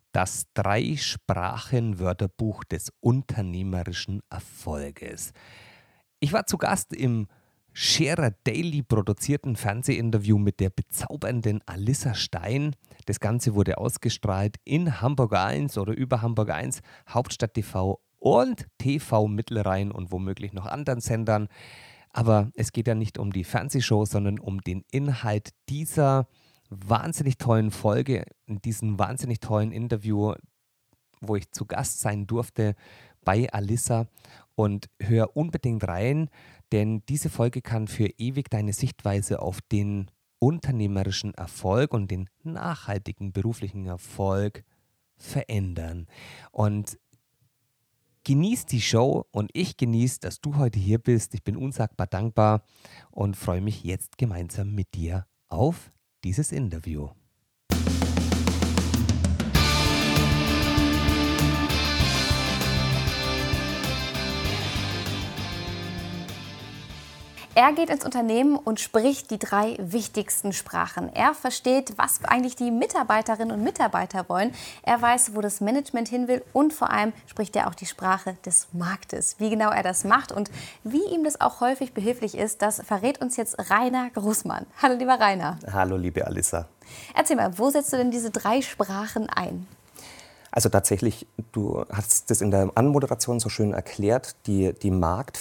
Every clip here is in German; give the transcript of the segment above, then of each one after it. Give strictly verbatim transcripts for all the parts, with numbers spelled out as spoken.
Das Drei-Sprachen-Wörterbuch des unternehmerischen Erfolges. Ich war zu Gast im Scherer Daily produzierten Fernsehinterview mit der bezaubernden Alissa Stein. Das Ganze wurde ausgestrahlt in Hamburg eins oder über Hamburg eins, Hauptstadt T V und T V Mittelrhein und womöglich noch anderen Sendern. Aber es geht ja nicht um die Fernsehshow, sondern um den Inhalt dieser wahnsinnig tollen Folge, in diesem wahnsinnig tollen Interview, wo ich zu Gast sein durfte bei Alissa. Und hör unbedingt rein, denn diese Folge kann für ewig deine Sichtweise auf den unternehmerischen Erfolg und den nachhaltigen beruflichen Erfolg verändern. Und genieß die Show und ich genieße, dass du heute hier bist. Ich bin unsagbar dankbar und freue mich jetzt gemeinsam mit dir auf dieses Interview. Er geht ins Unternehmen und spricht die drei wichtigsten Sprachen. Er versteht, was eigentlich die Mitarbeiterinnen und Mitarbeiter wollen. Er weiß, wo das Management hin will und vor allem spricht er auch die Sprache des Marktes. Wie genau er das macht und wie ihm das auch häufig behilflich ist, das verrät uns jetzt Rainer Großmann. Hallo lieber Rainer. Hallo liebe Alissa. Erzähl mal, wo setzt du denn diese drei Sprachen ein? Also tatsächlich, du hast das in der Anmoderation so schön erklärt, die, die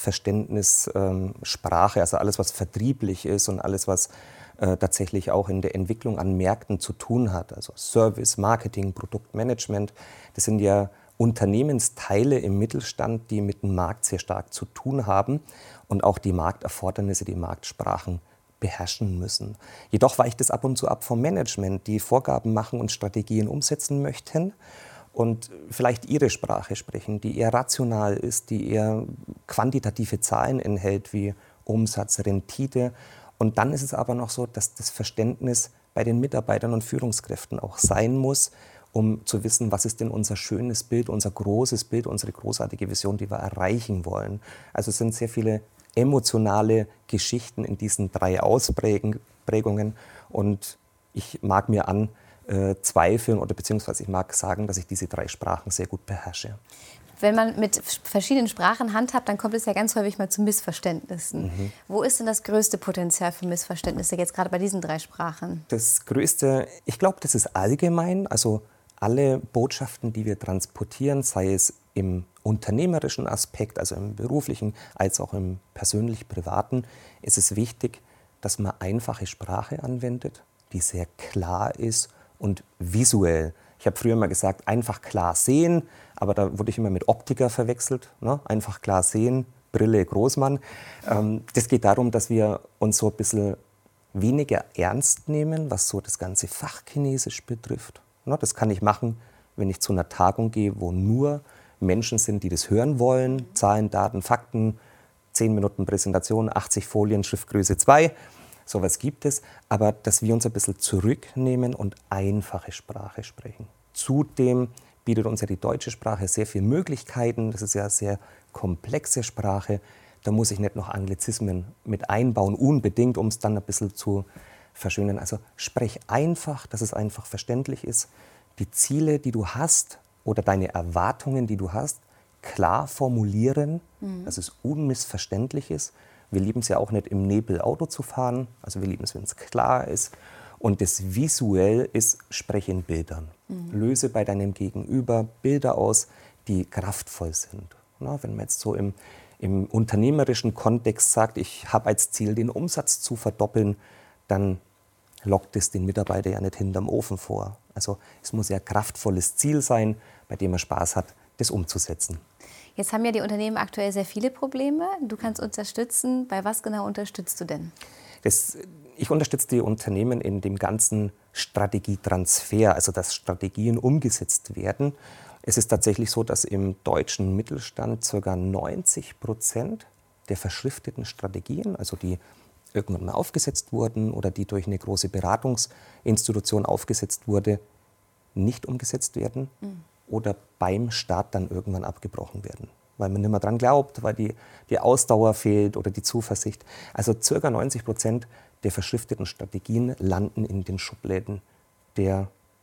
Marktverständnissprache, ähm, also alles, was vertrieblich ist und alles, was äh, tatsächlich auch in der Entwicklung an Märkten zu tun hat, also Service, Marketing, Produktmanagement, das sind ja Unternehmensteile im Mittelstand, die mit dem Markt sehr stark zu tun haben und auch die Markterfordernisse, die Marktsprachen beherrschen müssen. Jedoch weicht es ab und zu ab vom Management, die Vorgaben machen und Strategien umsetzen möchten und vielleicht ihre Sprache sprechen, die eher rational ist, die eher quantitative Zahlen enthält, wie Umsatz, Rendite. Und dann ist es aber noch so, dass das Verständnis bei den Mitarbeitern und Führungskräften auch sein muss, um zu wissen, was ist denn unser schönes Bild, unser großes Bild, unsere großartige Vision, die wir erreichen wollen. Also es sind sehr viele emotionale Geschichten in diesen drei Ausprägungen. Und ich mag mir an, Äh, zweifeln oder beziehungsweise ich mag sagen, dass ich diese drei Sprachen sehr gut beherrsche. Wenn man mit verschiedenen Sprachen handhabt, dann kommt es ja ganz häufig mal zu Missverständnissen. Mhm. Wo ist denn das größte Potenzial für Missverständnisse jetzt gerade bei diesen drei Sprachen? Das größte, ich glaube, das ist allgemein, also alle Botschaften, die wir transportieren, sei es im unternehmerischen Aspekt, also im beruflichen, als auch im persönlich-privaten, ist es wichtig, dass man einfache Sprache anwendet, die sehr klar ist und visuell. Ich habe früher mal gesagt, einfach klar sehen, aber da wurde ich immer mit Optiker verwechselt. Ne? Einfach klar sehen, Brille Großmann. Ähm, das geht darum, dass wir uns so ein bisschen weniger ernst nehmen, was so das ganze Fachchinesisch betrifft. Ne? Das kann ich machen, wenn ich zu einer Tagung gehe, wo nur Menschen sind, die das hören wollen. Zahlen, Daten, Fakten, zehn Minuten Präsentation, achtzig Folien, Schriftgröße zwei. Sowas gibt es, aber dass wir uns ein bisschen zurücknehmen und einfache Sprache sprechen. Zudem bietet uns ja die deutsche Sprache sehr viele Möglichkeiten. Das ist ja eine sehr komplexe Sprache. Da muss ich nicht noch Anglizismen mit einbauen, unbedingt, um es dann ein bisschen zu verschönern. Also sprech einfach, dass es einfach verständlich ist. Die Ziele, die du hast oder deine Erwartungen, die du hast, klar formulieren, mhm. dass es unmissverständlich ist. Wir lieben es ja auch nicht, im Nebel Auto zu fahren. Also wir lieben es, wenn es klar ist. Und das visuell ist, spreche in Bildern. Mhm. Löse bei deinem Gegenüber Bilder aus, die kraftvoll sind. Na, wenn man jetzt so im, im unternehmerischen Kontext sagt, ich habe als Ziel, den Umsatz zu verdoppeln, dann lockt es den Mitarbeiter ja nicht hinterm Ofen vor. Also es muss ja ein kraftvolles Ziel sein, bei dem er Spaß hat, das umzusetzen. Jetzt haben ja die Unternehmen aktuell sehr viele Probleme. Du kannst unterstützen. Bei was genau unterstützt du denn? Das, ich unterstütze die Unternehmen in dem ganzen Strategietransfer, also dass Strategien umgesetzt werden. Es ist tatsächlich so, dass im deutschen Mittelstand ca. neunzig Prozent der verschrifteten Strategien, also die irgendwann mal aufgesetzt wurden oder die durch eine große Beratungsinstitution aufgesetzt wurde, nicht umgesetzt werden. Mhm. Oder beim Start dann irgendwann abgebrochen werden, weil man nicht mehr dran glaubt, weil die, die Ausdauer fehlt oder die Zuversicht. Also ca. neunzig Prozent der verschrifteten Strategien landen in den Schubläden der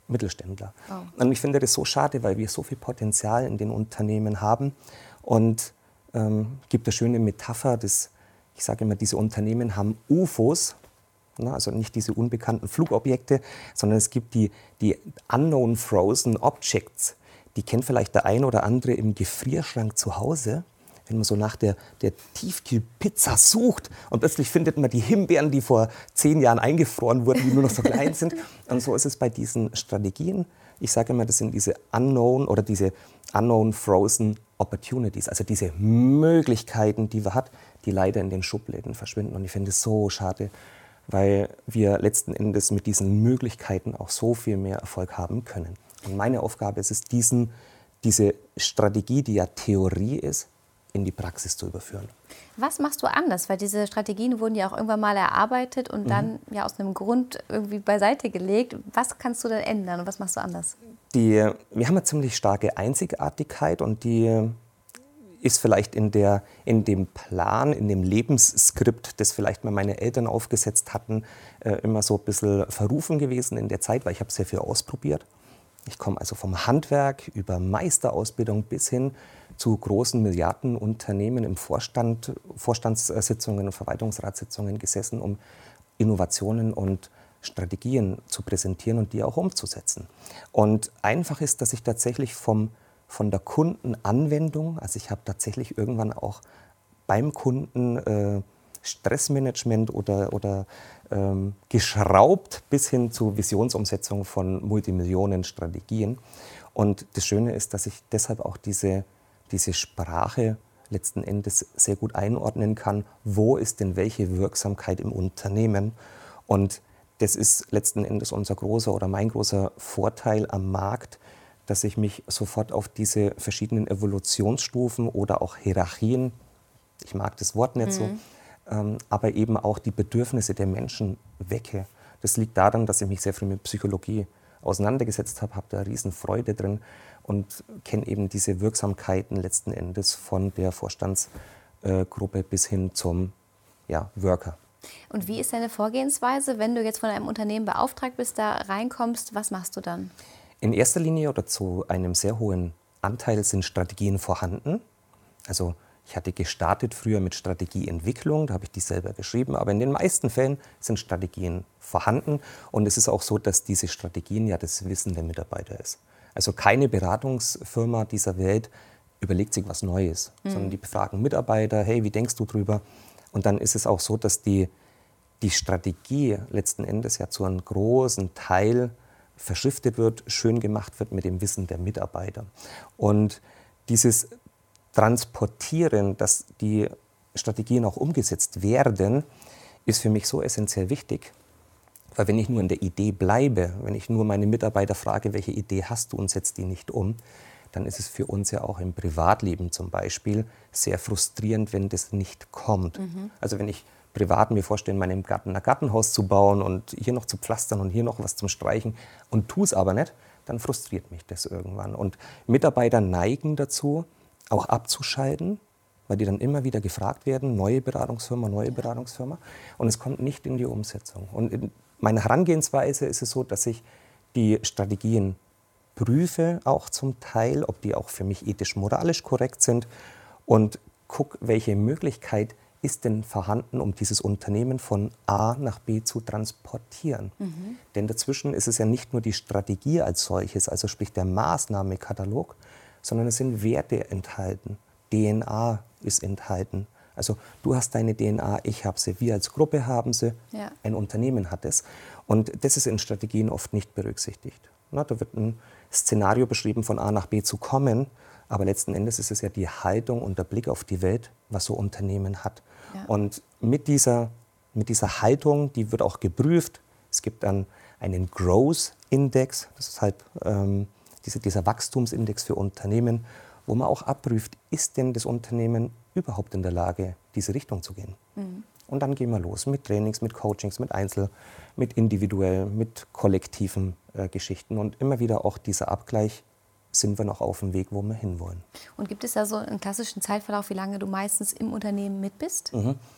Mittelständler. Oh. Und ich finde das so schade, weil wir so viel Potenzial in den Unternehmen haben. Und ähm, gibt eine schöne Metapher, das, ich sage immer, diese Unternehmen haben U F Os, ne, also nicht diese unbekannten Flugobjekte, sondern es gibt die, die Unknown Frozen Objects. Die kennt vielleicht der ein oder andere im Gefrierschrank zu Hause. Wenn man so nach der, der Tiefkühlpizza sucht und plötzlich findet man die Himbeeren, die vor zehn Jahren eingefroren wurden, die nur noch so klein sind. Und so ist es bei diesen Strategien. Ich sage immer, das sind diese Unknown oder diese Unknown Frozen Opportunities, also diese Möglichkeiten, die man hat, die leider in den Schubläden verschwinden. Und ich finde es so schade, weil wir letzten Endes mit diesen Möglichkeiten auch so viel mehr Erfolg haben können. Und meine Aufgabe ist es, diesen, diese Strategie, die ja Theorie ist, in die Praxis zu überführen. Was machst du anders? Weil diese Strategien wurden ja auch irgendwann mal erarbeitet und mhm. dann ja aus einem Grund irgendwie beiseite gelegt. Was kannst du denn ändern und was machst du anders? Die, wir haben eine ziemlich starke Einzigartigkeit und die ist vielleicht in, der, in dem Plan, in dem Lebensskript, das vielleicht mal meine Eltern aufgesetzt hatten, äh, immer so ein bisschen verrufen gewesen in der Zeit, weil ich habe sehr viel ausprobiert. Ich komme also vom Handwerk über Meisterausbildung bis hin zu großen Milliardenunternehmen im Vorstand, Vorstandssitzungen und Verwaltungsratssitzungen gesessen, um Innovationen und Strategien zu präsentieren und die auch umzusetzen. Und einfach ist, dass ich tatsächlich vom, von der Kundenanwendung, also ich habe tatsächlich irgendwann auch beim Kunden äh, Stressmanagement oder, oder ähm, geschraubt bis hin zu Visionsumsetzung von Multimillionen-Strategien. Und das Schöne ist, dass ich deshalb auch diese, diese Sprache letzten Endes sehr gut einordnen kann, wo ist denn welche Wirksamkeit im Unternehmen. Und das ist letzten Endes unser großer oder mein großer Vorteil am Markt, dass ich mich sofort auf diese verschiedenen Evolutionsstufen oder auch Hierarchien, ich mag das Wort nicht mhm. so, ähm, aber eben auch die Bedürfnisse der Menschen wecke. Das liegt daran, dass ich mich sehr viel mit Psychologie auseinandergesetzt habe, habe da riesen Freude drin und kenne eben diese Wirksamkeiten letzten Endes von der Vorstandsgruppe bis hin zum ja, Worker. Und wie ist deine Vorgehensweise, wenn du jetzt von einem Unternehmen beauftragt bist, da reinkommst, was machst du dann? In erster Linie oder zu einem sehr hohen Anteil sind Strategien vorhanden. Also ich hatte gestartet früher mit Strategieentwicklung, da habe ich die selber geschrieben, aber in den meisten Fällen sind Strategien vorhanden und es ist auch so, dass diese Strategien ja das Wissen der Mitarbeiter ist. Also keine Beratungsfirma dieser Welt überlegt sich was Neues, mhm. sondern die befragen Mitarbeiter, hey, wie denkst du drüber? Und dann ist es auch so, dass die, die Strategie letzten Endes ja zu einem großen Teil verschriftet wird, schön gemacht wird mit dem Wissen der Mitarbeiter. Und dieses Transportieren, dass die Strategien auch umgesetzt werden, ist für mich so essentiell wichtig. Weil wenn ich nur in der Idee bleibe, wenn ich nur meine Mitarbeiter frage, welche Idee hast du und setzt die nicht um, dann ist es für uns ja auch im Privatleben zum Beispiel sehr frustrierend, wenn das nicht kommt. Mhm. Also wenn ich privat mir vorstelle, in meinem Garten ein Gartenhaus zu bauen und hier noch zu pflastern und hier noch was zum Streichen und tue es aber nicht, dann frustriert mich das irgendwann. Und Mitarbeiter neigen dazu, auch abzuschalten, weil die dann immer wieder gefragt werden, neue Beratungsfirma, neue Beratungsfirma. Und es kommt nicht in die Umsetzung. Und in meiner Herangehensweise ist es so, dass ich die Strategien prüfe, auch zum Teil, ob die auch für mich ethisch-moralisch korrekt sind und gucke, welche Möglichkeit ist denn vorhanden, um dieses Unternehmen von A nach B zu transportieren. Mhm. Denn dazwischen ist es ja nicht nur die Strategie als solches, also sprich der Maßnahmekatalog, sondern es sind Werte enthalten, D N A ist enthalten. Also du hast deine D N A, ich habe sie, wir als Gruppe haben sie, ja. ein Unternehmen hat es. Und das ist in Strategien oft nicht berücksichtigt. Na, da wird ein Szenario beschrieben, von A nach B zu kommen, aber letzten Endes ist es ja die Haltung und der Blick auf die Welt, was so ein Unternehmen hat. Ja. Und mit dieser, mit dieser Haltung, die wird auch geprüft. Es gibt dann einen Growth-Index, das ist halt ähm, diese, dieser Wachstumsindex für Unternehmen, wo man auch abprüft, ist denn das Unternehmen überhaupt in der Lage, diese Richtung zu gehen. Mhm. Und dann gehen wir los mit Trainings, mit Coachings, mit Einzel, mit individuell, mit kollektiven äh, Geschichten. Und immer wieder auch dieser Abgleich, sind wir noch auf dem Weg, wo wir hinwollen. Und gibt es da so einen klassischen Zeitverlauf, wie lange du meistens im Unternehmen mit bist? Mhm.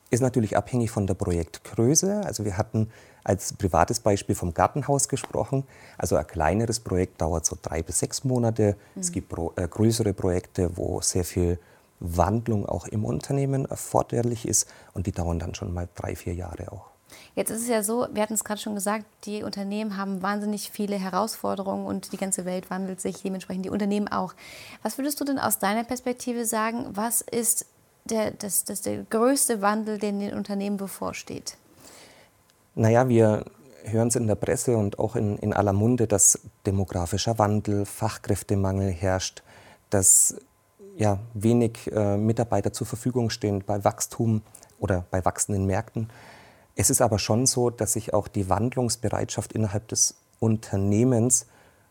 ist natürlich abhängig von der Projektgröße. Also wir hatten als privates Beispiel vom Gartenhaus gesprochen. Also ein kleineres Projekt dauert so drei bis sechs Monate. Mhm. Es gibt pro, äh, größere Projekte, wo sehr viel Wandlung auch im Unternehmen erforderlich ist. Und die dauern dann schon mal drei, vier Jahre auch. Jetzt ist es ja so, wir hatten es gerade schon gesagt, die Unternehmen haben wahnsinnig viele Herausforderungen und die ganze Welt wandelt sich, dementsprechend die Unternehmen auch. Was würdest du denn aus deiner Perspektive sagen, was ist der, das, das der größte Wandel, den den Unternehmen bevorsteht? Naja, wir hören es in der Presse und auch in, in aller Munde, dass demografischer Wandel, Fachkräftemangel herrscht, dass ja, wenig äh, Mitarbeiter zur Verfügung stehen bei Wachstum oder bei wachsenden Märkten. Es ist aber schon so, dass sich auch die Wandlungsbereitschaft innerhalb des Unternehmens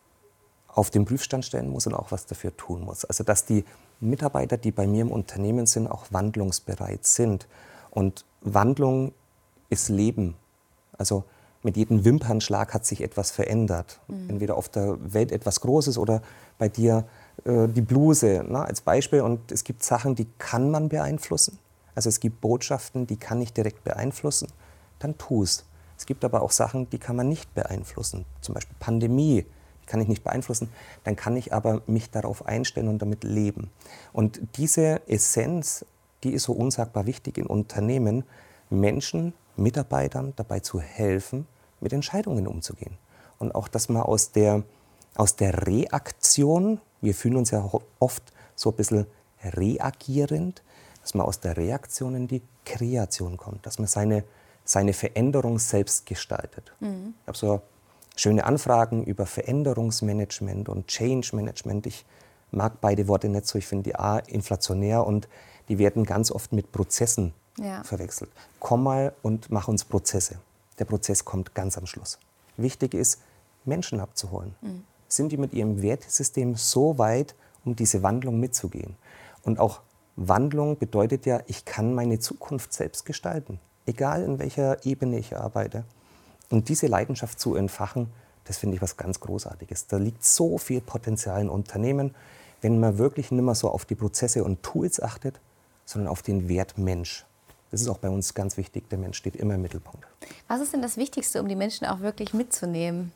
auf den Prüfstand stellen muss und auch was dafür tun muss. Also dass die Mitarbeiter, die bei mir im Unternehmen sind, auch wandlungsbereit sind. Und Wandlung ist Leben. Also mit jedem Wimpernschlag hat sich etwas verändert. Mhm. Entweder auf der Welt etwas Großes oder bei dir äh, die Bluse, na, als Beispiel. Und es gibt Sachen, die kann man beeinflussen. Also es gibt Botschaften, die kann ich direkt beeinflussen. Dann tu es. Es gibt aber auch Sachen, die kann man nicht beeinflussen. Zum Beispiel Pandemie, die kann ich nicht beeinflussen. Dann kann ich aber mich darauf einstellen und damit leben. Und diese Essenz, die ist so unsagbar wichtig in Unternehmen, Menschen, Mitarbeitern dabei zu helfen, mit Entscheidungen umzugehen. Und auch, dass man aus der, aus der Reaktion, wir fühlen uns ja oft so ein bisschen reagierend, dass man aus der Reaktion in die Kreation kommt, dass man seine seine Veränderung selbst gestaltet. Mhm. Ich habe so schöne Anfragen über Veränderungsmanagement und Change Management. Ich mag beide Worte nicht so. Ich finde die A inflationär und die werden ganz oft mit Prozessen ja. verwechselt. Komm mal und mach uns Prozesse. Der Prozess kommt ganz am Schluss. Wichtig ist, Menschen abzuholen. Mhm. Sind die mit ihrem Wertesystem so weit, um diese Wandlung mitzugehen? Und auch Wandlung bedeutet ja, ich kann meine Zukunft selbst gestalten. Egal in welcher Ebene ich arbeite. Und diese Leidenschaft zu entfachen, das finde ich was ganz Großartiges. Da liegt so viel Potenzial in Unternehmen, wenn man wirklich nicht mehr so auf die Prozesse und Tools achtet, sondern auf den Wert Mensch. Das ist auch bei uns ganz wichtig. Der Mensch steht immer im Mittelpunkt. Was ist denn das Wichtigste, um die Menschen auch wirklich mitzunehmen?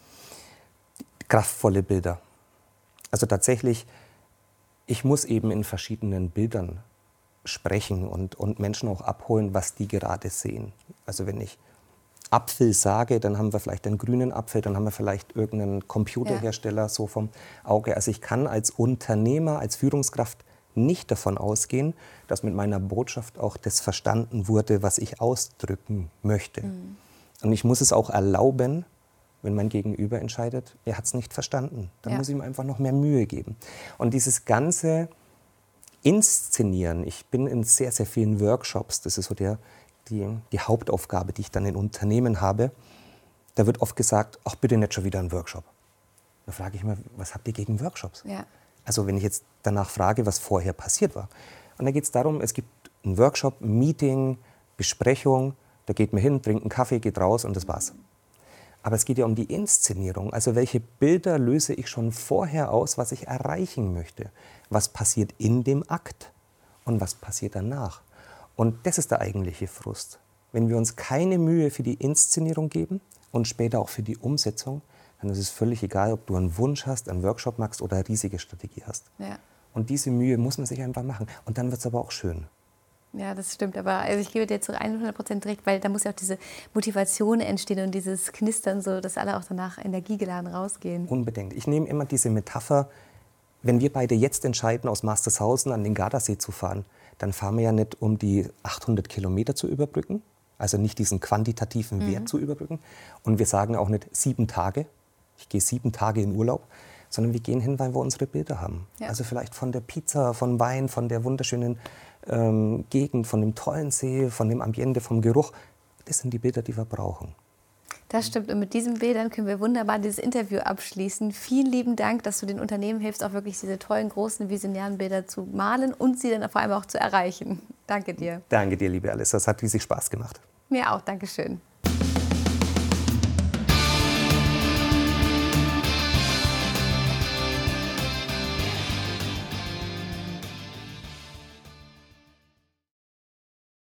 Kraftvolle Bilder. Also tatsächlich, ich muss eben in verschiedenen Bildern sprechen und, und Menschen auch abholen, was die gerade sehen. Also wenn ich Apfel sage, dann haben wir vielleicht einen grünen Apfel, dann haben wir vielleicht irgendeinen Computerhersteller ja. so vom Auge. Also ich kann als Unternehmer, als Führungskraft nicht davon ausgehen, dass mit meiner Botschaft auch das verstanden wurde, was ich ausdrücken möchte. Mhm. Und ich muss es auch erlauben, wenn mein Gegenüber entscheidet, er hat es nicht verstanden. Dann ja. muss ich ihm einfach noch mehr Mühe geben. Und dieses ganze Inszenieren. Ich bin in sehr, sehr vielen Workshops. Das ist so der, die, die Hauptaufgabe, die ich dann in Unternehmen habe. Da wird oft gesagt, ach bitte nicht schon wieder ein Workshop. Da frage ich mal, was habt ihr gegen Workshops? Ja. Also wenn ich jetzt danach frage, was vorher passiert war. Und da geht es darum, es gibt einen Workshop, ein Meeting, Besprechung. Da geht man hin, trinkt einen Kaffee, geht raus und das war's. Aber es geht ja um die Inszenierung. Also welche Bilder löse ich schon vorher aus, was ich erreichen möchte? Was passiert in dem Akt und was passiert danach? Und das ist der eigentliche Frust. Wenn wir uns keine Mühe für die Inszenierung geben und später auch für die Umsetzung, dann ist es völlig egal, ob du einen Wunsch hast, einen Workshop machst oder eine riesige Strategie hast. Ja. Und diese Mühe muss man sich einfach machen. Und dann wird es aber auch schön. Ja, das stimmt. Aber also ich gebe dir zu hundert Prozent recht, weil da muss ja auch diese Motivation entstehen und dieses Knistern, so dass alle auch danach energiegeladen rausgehen. Unbedingt. Ich nehme immer diese Metapher, wenn wir beide jetzt entscheiden, aus Mastershausen an den Gardasee zu fahren, dann fahren wir ja nicht, um die achthundert Kilometer zu überbrücken, also nicht diesen quantitativen mhm. Wert zu überbrücken. Und wir sagen auch nicht sieben Tage, ich gehe sieben Tage in Urlaub, sondern wir gehen hin, weil wir unsere Bilder haben. Ja. Also vielleicht von der Pizza, von Wein, von der wunderschönen ähm, Gegend, von dem tollen See, von dem Ambiente, vom Geruch. Das sind die Bilder, die wir brauchen. Das stimmt. Und mit diesen Bildern können wir wunderbar dieses Interview abschließen. Vielen lieben Dank, dass du den Unternehmen hilfst, auch wirklich diese tollen, großen, visionären Bilder zu malen und sie dann vor allem auch zu erreichen. Danke dir. Danke dir, liebe Alissa. Es hat riesig Spaß gemacht. Mir auch. Dankeschön.